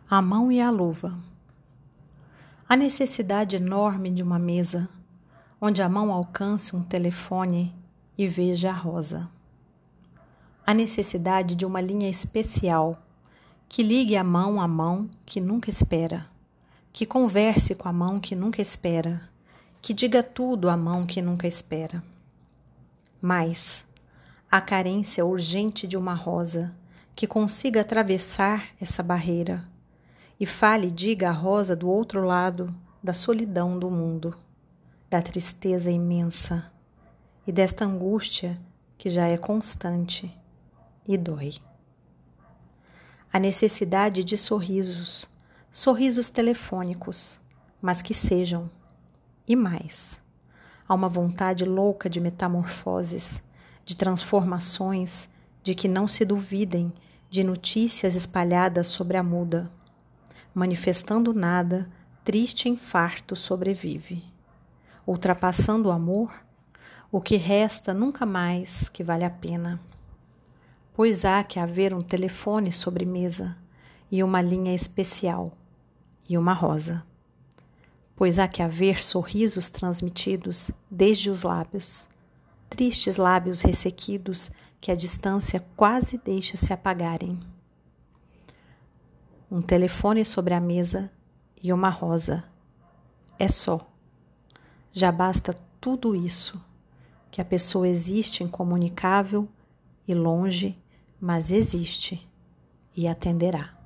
A mão e a luva. A necessidade enorme de uma mesa, onde a mão alcance um telefone e veja a rosa. A necessidade de uma linha especial, que ligue a mão à mão que nunca espera, que converse com a mão que nunca espera, que diga tudo à mão que nunca espera. Mas a carência urgente de uma rosa que consiga atravessar essa barreira, e fale e diga a rosa do outro lado da solidão do mundo, da tristeza imensa e desta angústia que já é constante e dói. A necessidade de sorrisos, sorrisos telefônicos, mas que sejam, e mais. Há uma vontade louca de metamorfoses, de transformações, de que não se duvidem de notícias espalhadas sobre a muda. Manifestando nada, triste infarto sobrevive. Ultrapassando o amor, o que resta nunca mais que vale a pena. Pois há que haver um telefone sobremesa e uma linha especial e uma rosa. Pois há que haver sorrisos transmitidos desde os lábios, tristes lábios ressequidos que a distância quase deixa se apagarem. Um telefone sobre a mesa e uma rosa. É só. Já basta tudo isso, que a pessoa existe incomunicável e longe, mas existe e atenderá.